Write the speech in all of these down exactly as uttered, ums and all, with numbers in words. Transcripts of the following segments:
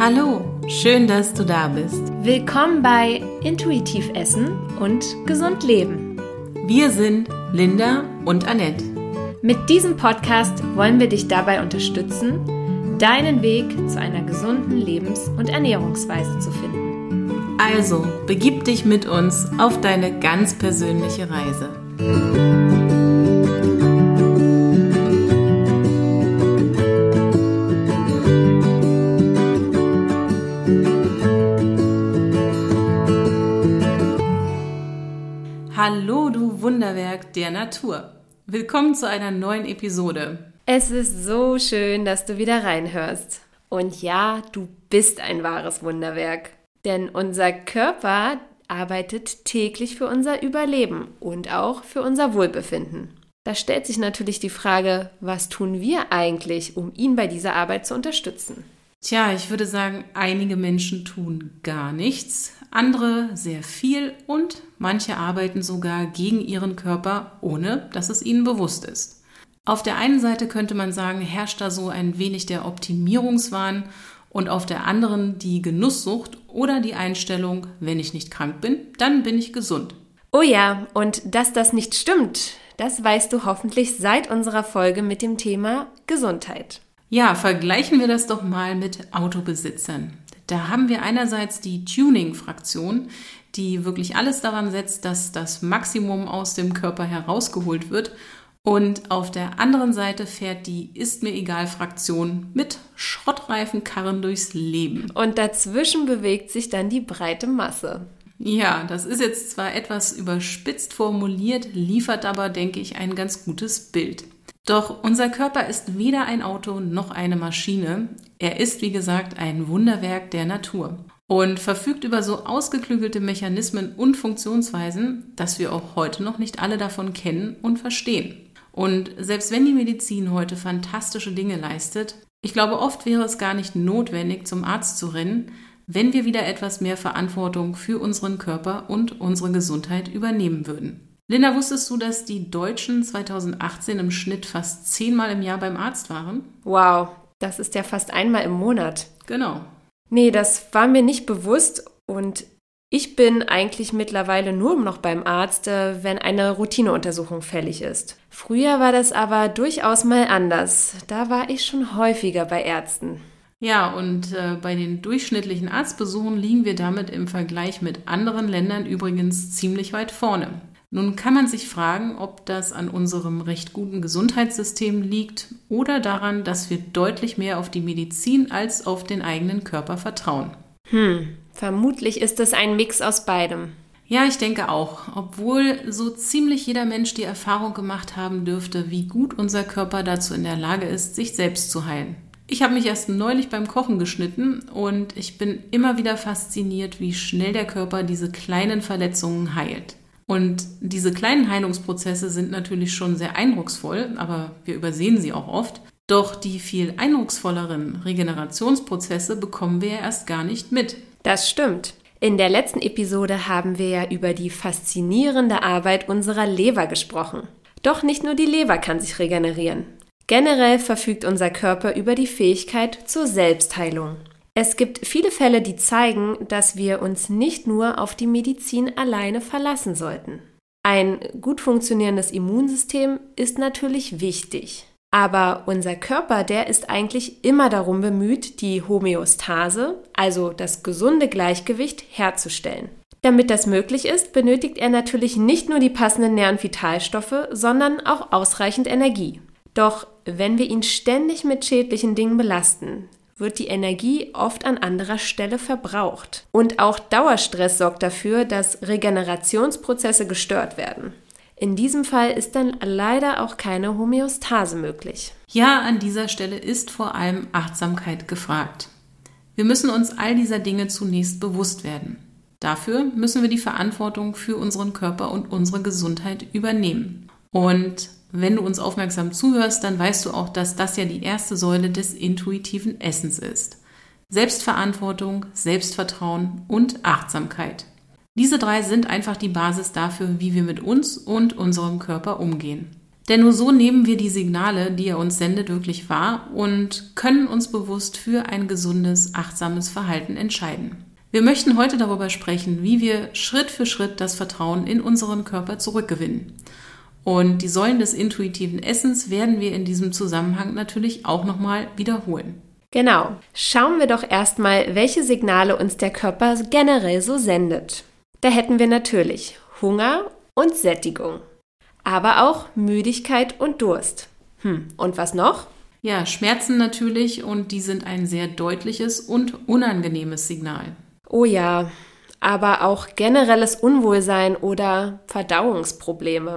Hallo, schön, dass du da bist. Willkommen bei Intuitiv Essen und Gesund Leben. Wir sind Linda und Annette. Mit diesem Podcast wollen wir dich dabei unterstützen, deinen Weg zu einer gesunden Lebens- und Ernährungsweise zu finden. Also, begib dich mit uns auf deine ganz persönliche Reise. Hallo, du Wunderwerk der Natur. Willkommen zu einer neuen Episode. Es ist so schön, dass du wieder reinhörst. Und ja, du bist ein wahres Wunderwerk. Denn unser Körper arbeitet täglich für unser Überleben und auch für unser Wohlbefinden. Da stellt sich natürlich die Frage, was tun wir eigentlich, um ihn bei dieser Arbeit zu unterstützen? Tja, ich würde sagen, einige Menschen tun gar nichts, andere sehr viel und manche arbeiten sogar gegen ihren Körper, ohne dass es ihnen bewusst ist. Auf der einen Seite könnte man sagen, herrscht da so ein wenig der Optimierungswahn und auf der anderen die Genusssucht oder die Einstellung, wenn ich nicht krank bin, dann bin ich gesund. Oh ja, und dass das nicht stimmt, das weißt du hoffentlich seit unserer Folge mit dem Thema Gesundheit. Ja, vergleichen wir das doch mal mit Autobesitzern. Da haben wir einerseits die Tuning-Fraktion, die wirklich alles daran setzt, dass das Maximum aus dem Körper herausgeholt wird. Und auf der anderen Seite fährt die Ist-mir-egal-Fraktion mit Schrottreifenkarren durchs Leben. Und dazwischen bewegt sich dann die breite Masse. Ja, das ist jetzt zwar etwas überspitzt formuliert, liefert aber, denke ich, ein ganz gutes Bild. Doch unser Körper ist weder ein Auto noch eine Maschine. Er ist, wie gesagt, ein Wunderwerk der Natur und verfügt über so ausgeklügelte Mechanismen und Funktionsweisen, dass wir auch heute noch nicht alle davon kennen und verstehen. Und selbst wenn die Medizin heute fantastische Dinge leistet, ich glaube, oft wäre es gar nicht notwendig, zum Arzt zu rennen, wenn wir wieder etwas mehr Verantwortung für unseren Körper und unsere Gesundheit übernehmen würden. Linda, wusstest du, dass die Deutschen zweitausendachtzehn im Schnitt fast zehnmal im Jahr beim Arzt waren? Wow, das ist ja fast einmal im Monat. Genau. Nee, das war mir nicht bewusst und ich bin eigentlich mittlerweile nur noch beim Arzt, wenn eine Routineuntersuchung fällig ist. Früher war das aber durchaus mal anders. Da war ich schon häufiger bei Ärzten. Ja, und äh, bei den durchschnittlichen Arztbesuchen liegen wir damit im Vergleich mit anderen Ländern übrigens ziemlich weit vorne. Nun kann man sich fragen, ob das an unserem recht guten Gesundheitssystem liegt oder daran, dass wir deutlich mehr auf die Medizin als auf den eigenen Körper vertrauen. Hm, vermutlich ist es ein Mix aus beidem. Ja, ich denke auch, obwohl so ziemlich jeder Mensch die Erfahrung gemacht haben dürfte, wie gut unser Körper dazu in der Lage ist, sich selbst zu heilen. Ich habe mich erst neulich beim Kochen geschnitten und ich bin immer wieder fasziniert, wie schnell der Körper diese kleinen Verletzungen heilt. Und diese kleinen Heilungsprozesse sind natürlich schon sehr eindrucksvoll, aber wir übersehen sie auch oft. Doch die viel eindrucksvolleren Regenerationsprozesse bekommen wir ja erst gar nicht mit. Das stimmt. In der letzten Episode haben wir ja über die faszinierende Arbeit unserer Leber gesprochen. Doch nicht nur die Leber kann sich regenerieren. Generell verfügt unser Körper über die Fähigkeit zur Selbstheilung. Es gibt viele Fälle, die zeigen, dass wir uns nicht nur auf die Medizin alleine verlassen sollten. Ein gut funktionierendes Immunsystem ist natürlich wichtig. Aber unser Körper, der ist eigentlich immer darum bemüht, die Homöostase, also das gesunde Gleichgewicht, herzustellen. Damit das möglich ist, benötigt er natürlich nicht nur die passenden Nähr- und Vitalstoffe, sondern auch ausreichend Energie. Doch wenn wir ihn ständig mit schädlichen Dingen belasten, wird die Energie oft an anderer Stelle verbraucht. Und auch Dauerstress sorgt dafür, dass Regenerationsprozesse gestört werden. In diesem Fall ist dann leider auch keine Homöostase möglich. Ja, an dieser Stelle ist vor allem Achtsamkeit gefragt. Wir müssen uns all dieser Dinge zunächst bewusst werden. Dafür müssen wir die Verantwortung für unseren Körper und unsere Gesundheit übernehmen. Und wenn du uns aufmerksam zuhörst, dann weißt du auch, dass das ja die erste Säule des intuitiven Essens ist. Selbstverantwortung, Selbstvertrauen und Achtsamkeit. Diese drei sind einfach die Basis dafür, wie wir mit uns und unserem Körper umgehen. Denn nur so nehmen wir die Signale, die er uns sendet, wirklich wahr und können uns bewusst für ein gesundes, achtsames Verhalten entscheiden. Wir möchten heute darüber sprechen, wie wir Schritt für Schritt das Vertrauen in unseren Körper zurückgewinnen. Und die Säulen des intuitiven Essens werden wir in diesem Zusammenhang natürlich auch nochmal wiederholen. Genau. Schauen wir doch erstmal, welche Signale uns der Körper generell so sendet. Da hätten wir natürlich Hunger und Sättigung, aber auch Müdigkeit und Durst. Hm, und was noch? Ja, Schmerzen natürlich, und die sind ein sehr deutliches und unangenehmes Signal. Oh ja, aber auch generelles Unwohlsein oder Verdauungsprobleme.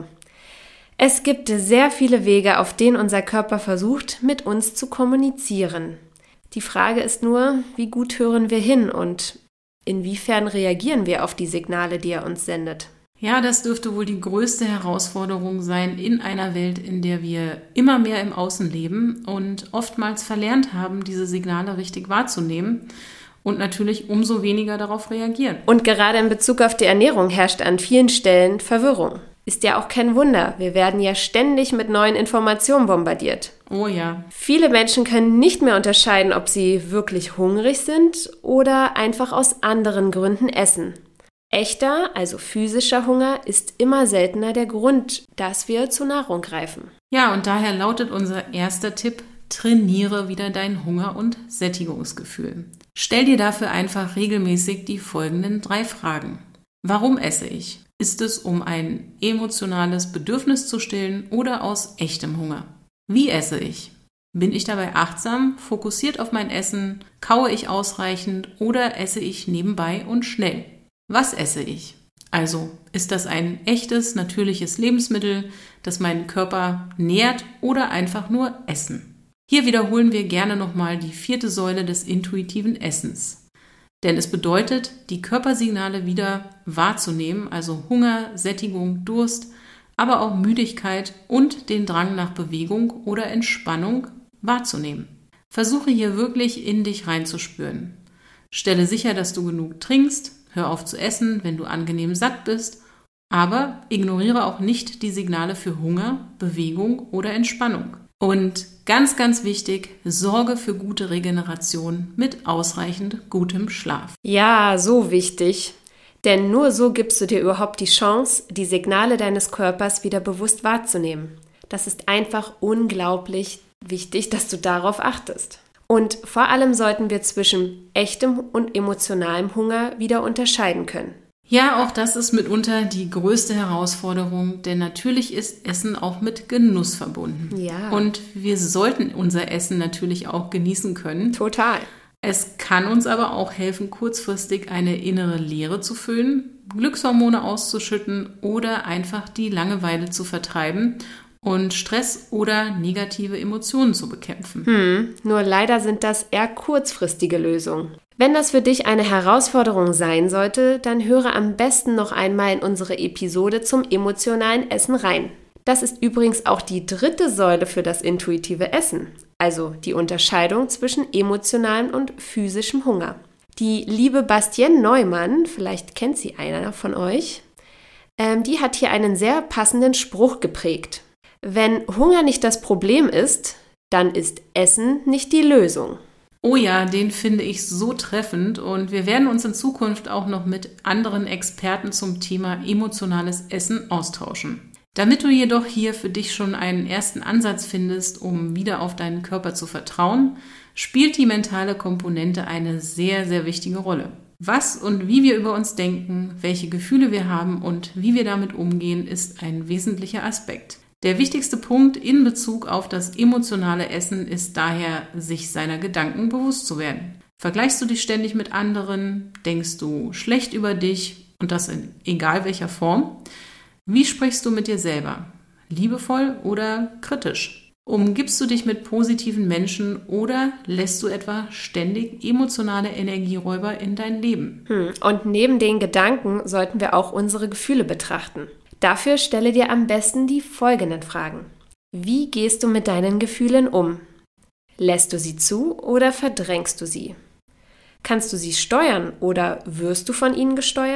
Es gibt sehr viele Wege, auf denen unser Körper versucht, mit uns zu kommunizieren. Die Frage ist nur, wie gut hören wir hin und inwiefern reagieren wir auf die Signale, die er uns sendet? Ja, das dürfte wohl die größte Herausforderung sein in einer Welt, in der wir immer mehr im Außen leben und oftmals verlernt haben, diese Signale richtig wahrzunehmen und natürlich umso weniger darauf reagieren. Und gerade in Bezug auf die Ernährung herrscht an vielen Stellen Verwirrung. Ist ja auch kein Wunder, wir werden ja ständig mit neuen Informationen bombardiert. Oh ja. Viele Menschen können nicht mehr unterscheiden, ob sie wirklich hungrig sind oder einfach aus anderen Gründen essen. Echter, also physischer Hunger ist immer seltener der Grund, dass wir zur Nahrung greifen. Ja, und daher lautet unser erster Tipp: Trainiere wieder dein Hunger- und Sättigungsgefühl. Stell dir dafür einfach regelmäßig die folgenden drei Fragen. Warum esse ich? Ist es, um ein emotionales Bedürfnis zu stillen oder aus echtem Hunger? Wie esse ich? Bin ich dabei achtsam, fokussiert auf mein Essen? Kaue ich ausreichend oder esse ich nebenbei und schnell? Was esse ich? Also, ist das ein echtes, natürliches Lebensmittel, das meinen Körper nährt, oder einfach nur Essen? Hier wiederholen wir gerne nochmal die vierte Säule des intuitiven Essens. Denn es bedeutet, die Körpersignale wieder wahrzunehmen, also Hunger, Sättigung, Durst, aber auch Müdigkeit und den Drang nach Bewegung oder Entspannung wahrzunehmen. Versuche hier wirklich in dich reinzuspüren. Stelle sicher, dass du genug trinkst, hör auf zu essen, wenn du angenehm satt bist, aber ignoriere auch nicht die Signale für Hunger, Bewegung oder Entspannung. Und ganz, ganz wichtig, sorge für gute Regeneration mit ausreichend gutem Schlaf. Ja, so wichtig. Denn nur so gibst du dir überhaupt die Chance, die Signale deines Körpers wieder bewusst wahrzunehmen. Das ist einfach unglaublich wichtig, dass du darauf achtest. Und vor allem sollten wir zwischen echtem und emotionalem Hunger wieder unterscheiden können. Ja, auch das ist mitunter die größte Herausforderung, denn natürlich ist Essen auch mit Genuss verbunden. Ja. Und wir sollten unser Essen natürlich auch genießen können. Total. Es kann uns aber auch helfen, kurzfristig eine innere Leere zu füllen, Glückshormone auszuschütten oder einfach die Langeweile zu vertreiben und Stress oder negative Emotionen zu bekämpfen. Hm, nur leider sind das eher kurzfristige Lösungen. Wenn das für dich eine Herausforderung sein sollte, dann höre am besten noch einmal in unsere Episode zum emotionalen Essen rein. Das ist übrigens auch die dritte Säule für das intuitive Essen, also die Unterscheidung zwischen emotionalem und physischem Hunger. Die liebe Bastienne Neumann, vielleicht kennt sie einer von euch, ähm, die hat hier einen sehr passenden Spruch geprägt. Wenn Hunger nicht das Problem ist, dann ist Essen nicht die Lösung. Oh ja, den finde ich so treffend, und wir werden uns in Zukunft auch noch mit anderen Experten zum Thema emotionales Essen austauschen. Damit du jedoch hier für dich schon einen ersten Ansatz findest, um wieder auf deinen Körper zu vertrauen, spielt die mentale Komponente eine sehr, sehr wichtige Rolle. Was und wie wir über uns denken, welche Gefühle wir haben und wie wir damit umgehen, ist ein wesentlicher Aspekt. Der wichtigste Punkt in Bezug auf das emotionale Essen ist daher, sich seiner Gedanken bewusst zu werden. Vergleichst du dich ständig mit anderen? Denkst du schlecht über dich, und das in egal welcher Form? Wie sprichst du mit dir selber? Liebevoll oder kritisch? Umgibst du dich mit positiven Menschen oder lässt du etwa ständig emotionale Energieräuber in dein Leben? Hm. Und neben den Gedanken sollten wir auch unsere Gefühle betrachten. Dafür stelle dir am besten die folgenden Fragen. Wie gehst du mit deinen Gefühlen um? Lässt du sie zu oder verdrängst du sie? Kannst du sie steuern oder wirst du von ihnen gesteuert?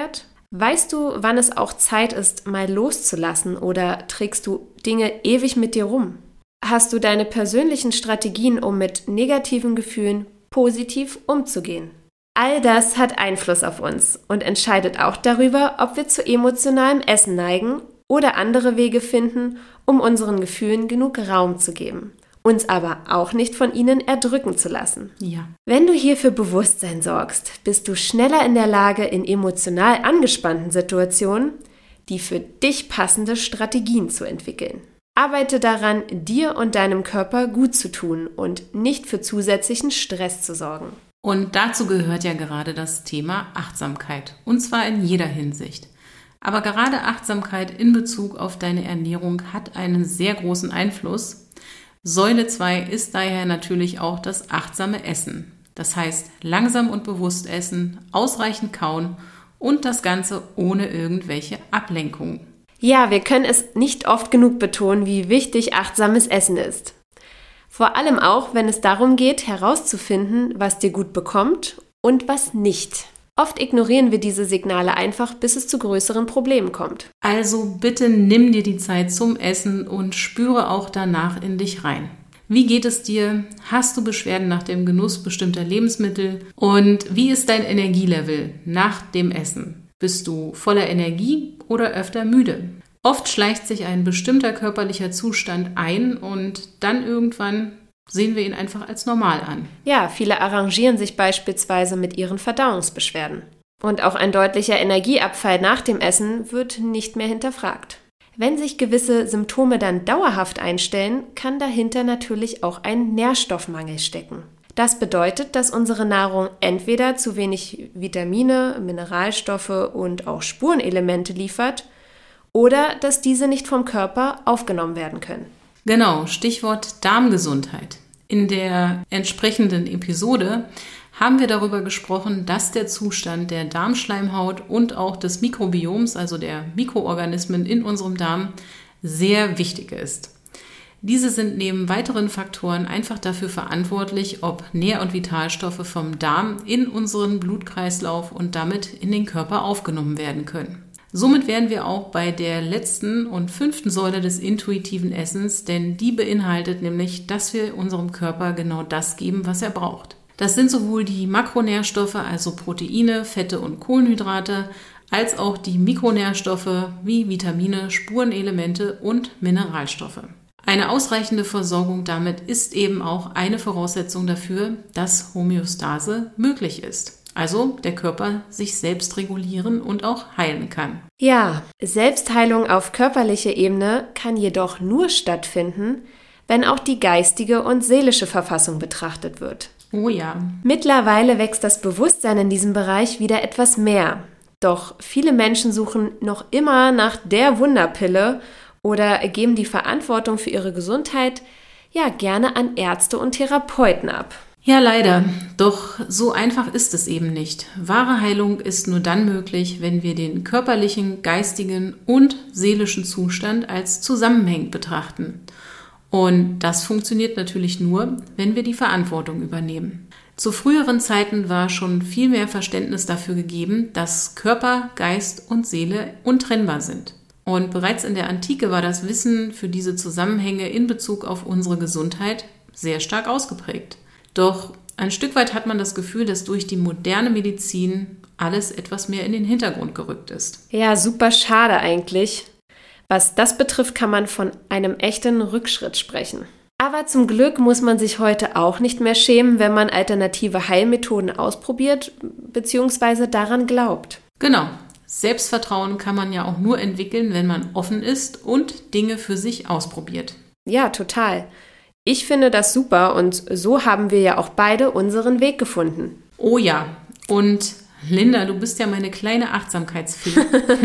Weißt du, wann es auch Zeit ist, mal loszulassen, oder trägst du Dinge ewig mit dir rum? Hast du deine persönlichen Strategien, um mit negativen Gefühlen positiv umzugehen? All das hat Einfluss auf uns und entscheidet auch darüber, ob wir zu emotionalem Essen neigen oder andere Wege finden, um unseren Gefühlen genug Raum zu geben, uns aber auch nicht von ihnen erdrücken zu lassen. Ja. Wenn du hier für Bewusstsein sorgst, bist du schneller in der Lage, in emotional angespannten Situationen die für dich passende Strategien zu entwickeln. Arbeite daran, dir und deinem Körper gut zu tun und nicht für zusätzlichen Stress zu sorgen. Und dazu gehört ja gerade das Thema Achtsamkeit, und zwar in jeder Hinsicht. Aber gerade Achtsamkeit in Bezug auf deine Ernährung hat einen sehr großen Einfluss. Säule zwei ist daher natürlich auch das achtsame Essen. Das heißt, langsam und bewusst essen, ausreichend kauen und das Ganze ohne irgendwelche Ablenkungen. Ja, wir können es nicht oft genug betonen, wie wichtig achtsames Essen ist. Vor allem auch, wenn es darum geht, herauszufinden, was dir gut bekommt und was nicht. Oft ignorieren wir diese Signale einfach, bis es zu größeren Problemen kommt. Also bitte nimm dir die Zeit zum Essen und spüre auch danach in dich rein. Wie geht es dir? Hast du Beschwerden nach dem Genuss bestimmter Lebensmittel? Und wie ist dein Energielevel nach dem Essen? Bist du voller Energie oder öfter müde? Oft schleicht sich ein bestimmter körperlicher Zustand ein und dann irgendwann sehen wir ihn einfach als normal an. Ja, viele arrangieren sich beispielsweise mit ihren Verdauungsbeschwerden. Und auch ein deutlicher Energieabfall nach dem Essen wird nicht mehr hinterfragt. Wenn sich gewisse Symptome dann dauerhaft einstellen, kann dahinter natürlich auch ein Nährstoffmangel stecken. Das bedeutet, dass unsere Nahrung entweder zu wenig Vitamine, Mineralstoffe und auch Spurenelemente liefert oder dass diese nicht vom Körper aufgenommen werden können. Genau, Stichwort Darmgesundheit. In der entsprechenden Episode haben wir darüber gesprochen, dass der Zustand der Darmschleimhaut und auch des Mikrobioms, also der Mikroorganismen in unserem Darm, sehr wichtig ist. Diese sind neben weiteren Faktoren einfach dafür verantwortlich, ob Nähr- und Vitalstoffe vom Darm in unseren Blutkreislauf und damit in den Körper aufgenommen werden können. Somit wären wir auch bei der letzten und fünften Säule des intuitiven Essens, denn die beinhaltet nämlich, dass wir unserem Körper genau das geben, was er braucht. Das sind sowohl die Makronährstoffe, also Proteine, Fette und Kohlenhydrate, als auch die Mikronährstoffe wie Vitamine, Spurenelemente und Mineralstoffe. Eine ausreichende Versorgung damit ist eben auch eine Voraussetzung dafür, dass Homöostase möglich ist. Also der Körper sich selbst regulieren und auch heilen kann. Ja, Selbstheilung auf körperlicher Ebene kann jedoch nur stattfinden, wenn auch die geistige und seelische Verfassung betrachtet wird. Oh ja. Mittlerweile wächst das Bewusstsein in diesem Bereich wieder etwas mehr. Doch viele Menschen suchen noch immer nach der Wunderpille oder geben die Verantwortung für ihre Gesundheit ja gerne an Ärzte und Therapeuten ab. Ja, leider. Doch so einfach ist es eben nicht. Wahre Heilung ist nur dann möglich, wenn wir den körperlichen, geistigen und seelischen Zustand als zusammenhängend betrachten. Und das funktioniert natürlich nur, wenn wir die Verantwortung übernehmen. Zu früheren Zeiten war schon viel mehr Verständnis dafür gegeben, dass Körper, Geist und Seele untrennbar sind. Und bereits in der Antike war das Wissen für diese Zusammenhänge in Bezug auf unsere Gesundheit sehr stark ausgeprägt. Doch ein Stück weit hat man das Gefühl, dass durch die moderne Medizin alles etwas mehr in den Hintergrund gerückt ist. Ja, super schade eigentlich. Was das betrifft, kann man von einem echten Rückschritt sprechen. Aber zum Glück muss man sich heute auch nicht mehr schämen, wenn man alternative Heilmethoden ausprobiert bzw. daran glaubt. Genau. Selbstvertrauen kann man ja auch nur entwickeln, wenn man offen ist und Dinge für sich ausprobiert. Ja, total. Ich finde das super und so haben wir ja auch beide unseren Weg gefunden. Oh ja, und Linda, du bist ja meine kleine Achtsamkeitsfee.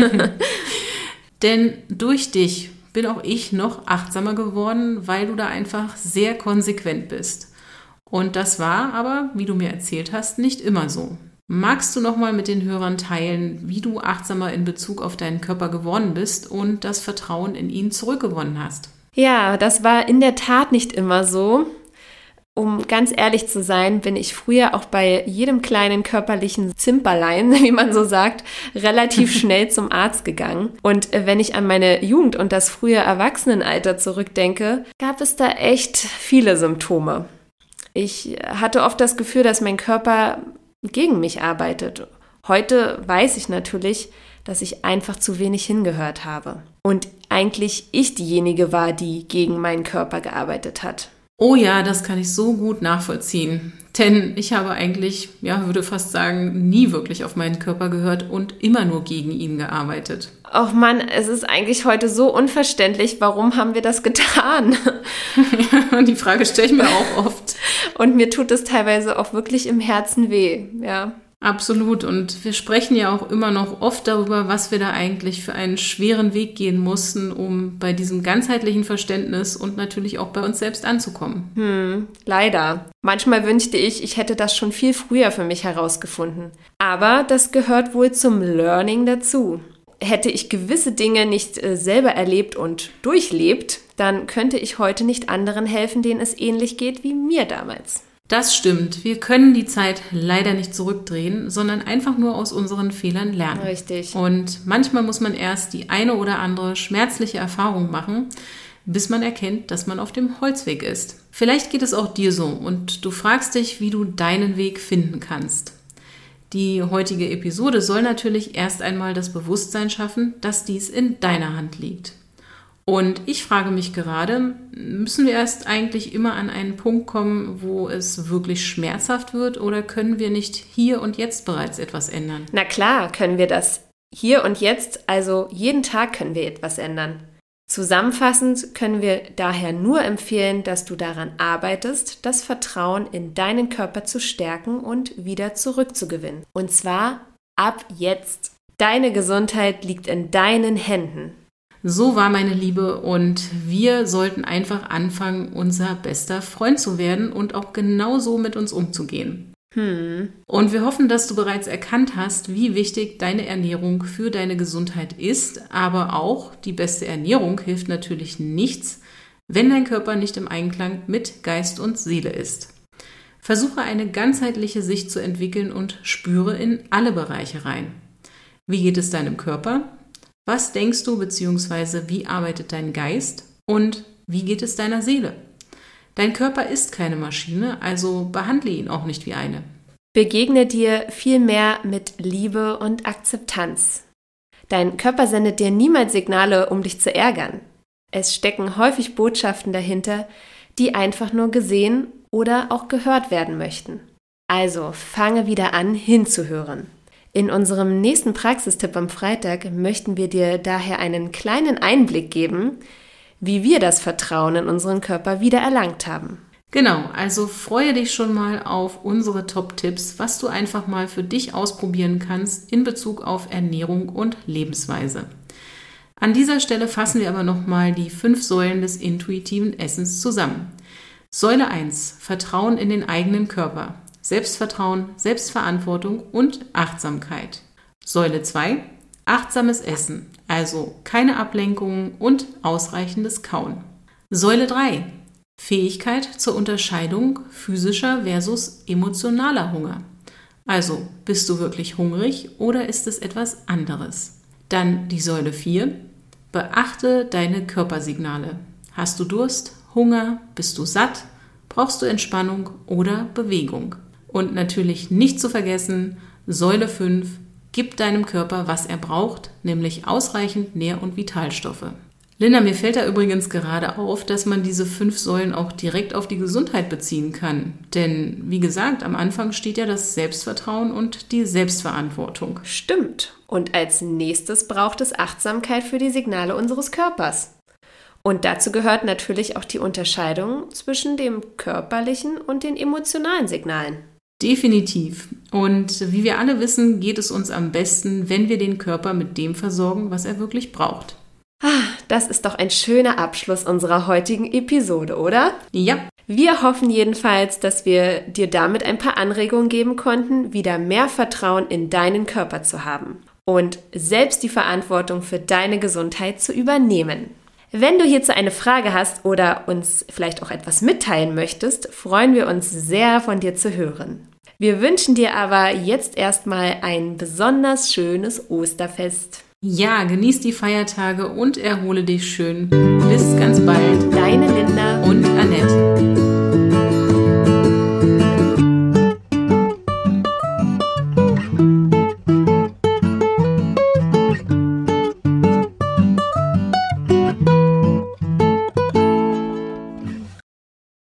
Denn durch dich bin auch ich noch achtsamer geworden, weil du da einfach sehr konsequent bist. Und das war aber, wie du mir erzählt hast, nicht immer so. Magst du nochmal mit den Hörern teilen, wie du achtsamer in Bezug auf deinen Körper geworden bist und das Vertrauen in ihn zurückgewonnen hast? Ja, das war in der Tat nicht immer so. Um ganz ehrlich zu sein, bin ich früher auch bei jedem kleinen körperlichen Zimperlein, wie man so sagt, relativ schnell zum Arzt gegangen. Und wenn ich an meine Jugend und das frühe Erwachsenenalter zurückdenke, gab es da echt viele Symptome. Ich hatte oft das Gefühl, dass mein Körper gegen mich arbeitet. Heute weiß ich natürlich, dass ich einfach zu wenig hingehört habe. Und eigentlich ich diejenige war, die gegen meinen Körper gearbeitet hat. Oh ja, das kann ich so gut nachvollziehen. Denn ich habe eigentlich, ja, würde fast sagen, nie wirklich auf meinen Körper gehört und immer nur gegen ihn gearbeitet. Och Mann, es ist eigentlich heute so unverständlich, warum haben wir das getan? Ja, die Frage stelle ich mir auch oft. Und mir tut es teilweise auch wirklich im Herzen weh, ja. Absolut. Und wir sprechen ja auch immer noch oft darüber, was wir da eigentlich für einen schweren Weg gehen mussten, um bei diesem ganzheitlichen Verständnis und natürlich auch bei uns selbst anzukommen. Hm, leider. Manchmal wünschte ich, ich hätte das schon viel früher für mich herausgefunden. Aber das gehört wohl zum Learning dazu. Hätte ich gewisse Dinge nicht äh, selber erlebt und durchlebt, dann könnte ich heute nicht anderen helfen, denen es ähnlich geht wie mir damals. Das stimmt. Wir können die Zeit leider nicht zurückdrehen, sondern einfach nur aus unseren Fehlern lernen. Richtig. Und manchmal muss man erst die eine oder andere schmerzliche Erfahrung machen, bis man erkennt, dass man auf dem Holzweg ist. Vielleicht geht es auch dir so und du fragst dich, wie du deinen Weg finden kannst. Die heutige Episode soll natürlich erst einmal das Bewusstsein schaffen, dass dies in deiner Hand liegt. Und ich frage mich gerade, müssen wir erst eigentlich immer an einen Punkt kommen, wo es wirklich schmerzhaft wird, oder können wir nicht hier und jetzt bereits etwas ändern? Na klar, können wir das. Hier und jetzt, also jeden Tag können wir etwas ändern. Zusammenfassend können wir daher nur empfehlen, dass du daran arbeitest, das Vertrauen in deinen Körper zu stärken und wieder zurückzugewinnen. Und zwar ab jetzt. Deine Gesundheit liegt in deinen Händen. So war, meine Liebe, und wir sollten einfach anfangen, unser bester Freund zu werden und auch genauso mit uns umzugehen. Hm. Und wir hoffen, dass du bereits erkannt hast, wie wichtig deine Ernährung für deine Gesundheit ist, aber auch die beste Ernährung hilft natürlich nichts, wenn dein Körper nicht im Einklang mit Geist und Seele ist. Versuche eine ganzheitliche Sicht zu entwickeln und spüre in alle Bereiche rein. Wie geht es deinem Körper? Was denkst du bzw. wie arbeitet dein Geist und wie geht es deiner Seele? Dein Körper ist keine Maschine, also behandle ihn auch nicht wie eine. Begegne dir vielmehr mit Liebe und Akzeptanz. Dein Körper sendet dir niemals Signale, um dich zu ärgern. Es stecken häufig Botschaften dahinter, die einfach nur gesehen oder auch gehört werden möchten. Also fange wieder an, hinzuhören. In unserem nächsten Praxistipp am Freitag möchten wir dir daher einen kleinen Einblick geben, wie wir das Vertrauen in unseren Körper wieder erlangt haben. Genau, also freue dich schon mal auf unsere Top-Tipps, was du einfach mal für dich ausprobieren kannst in Bezug auf Ernährung und Lebensweise. An dieser Stelle fassen wir aber nochmal die fünf Säulen des intuitiven Essens zusammen. Säule eins, Vertrauen in den eigenen Körper. Selbstvertrauen, Selbstverantwortung und Achtsamkeit. Säule zwei, achtsames Essen, also keine Ablenkungen und ausreichendes Kauen. Säule drei, Fähigkeit zur Unterscheidung physischer versus emotionaler Hunger. Also, bist du wirklich hungrig oder ist es etwas anderes? Dann die Säule vier, beachte deine Körpersignale. Hast du Durst, Hunger, bist du satt, brauchst du Entspannung oder Bewegung? Und natürlich nicht zu vergessen, Säule fünf, gib deinem Körper, was er braucht, nämlich ausreichend Nähr- und Vitalstoffe. Linda, mir fällt da übrigens gerade auf, dass man diese fünf Säulen auch direkt auf die Gesundheit beziehen kann. Denn, wie gesagt, am Anfang steht ja das Selbstvertrauen und die Selbstverantwortung. Stimmt. Und als nächstes braucht es Achtsamkeit für die Signale unseres Körpers. Und dazu gehört natürlich auch die Unterscheidung zwischen dem körperlichen und den emotionalen Signalen. Definitiv. Und wie wir alle wissen, geht es uns am besten, wenn wir den Körper mit dem versorgen, was er wirklich braucht. Ah, das ist doch ein schöner Abschluss unserer heutigen Episode, oder? Ja. Wir hoffen jedenfalls, dass wir dir damit ein paar Anregungen geben konnten, wieder mehr Vertrauen in deinen Körper zu haben und selbst die Verantwortung für deine Gesundheit zu übernehmen. Wenn du hierzu eine Frage hast oder uns vielleicht auch etwas mitteilen möchtest, freuen wir uns sehr, von dir zu hören. Wir wünschen dir aber jetzt erstmal ein besonders schönes Osterfest. Ja, genieß die Feiertage und erhole dich schön. Bis ganz bald. Deine Linda und Annette.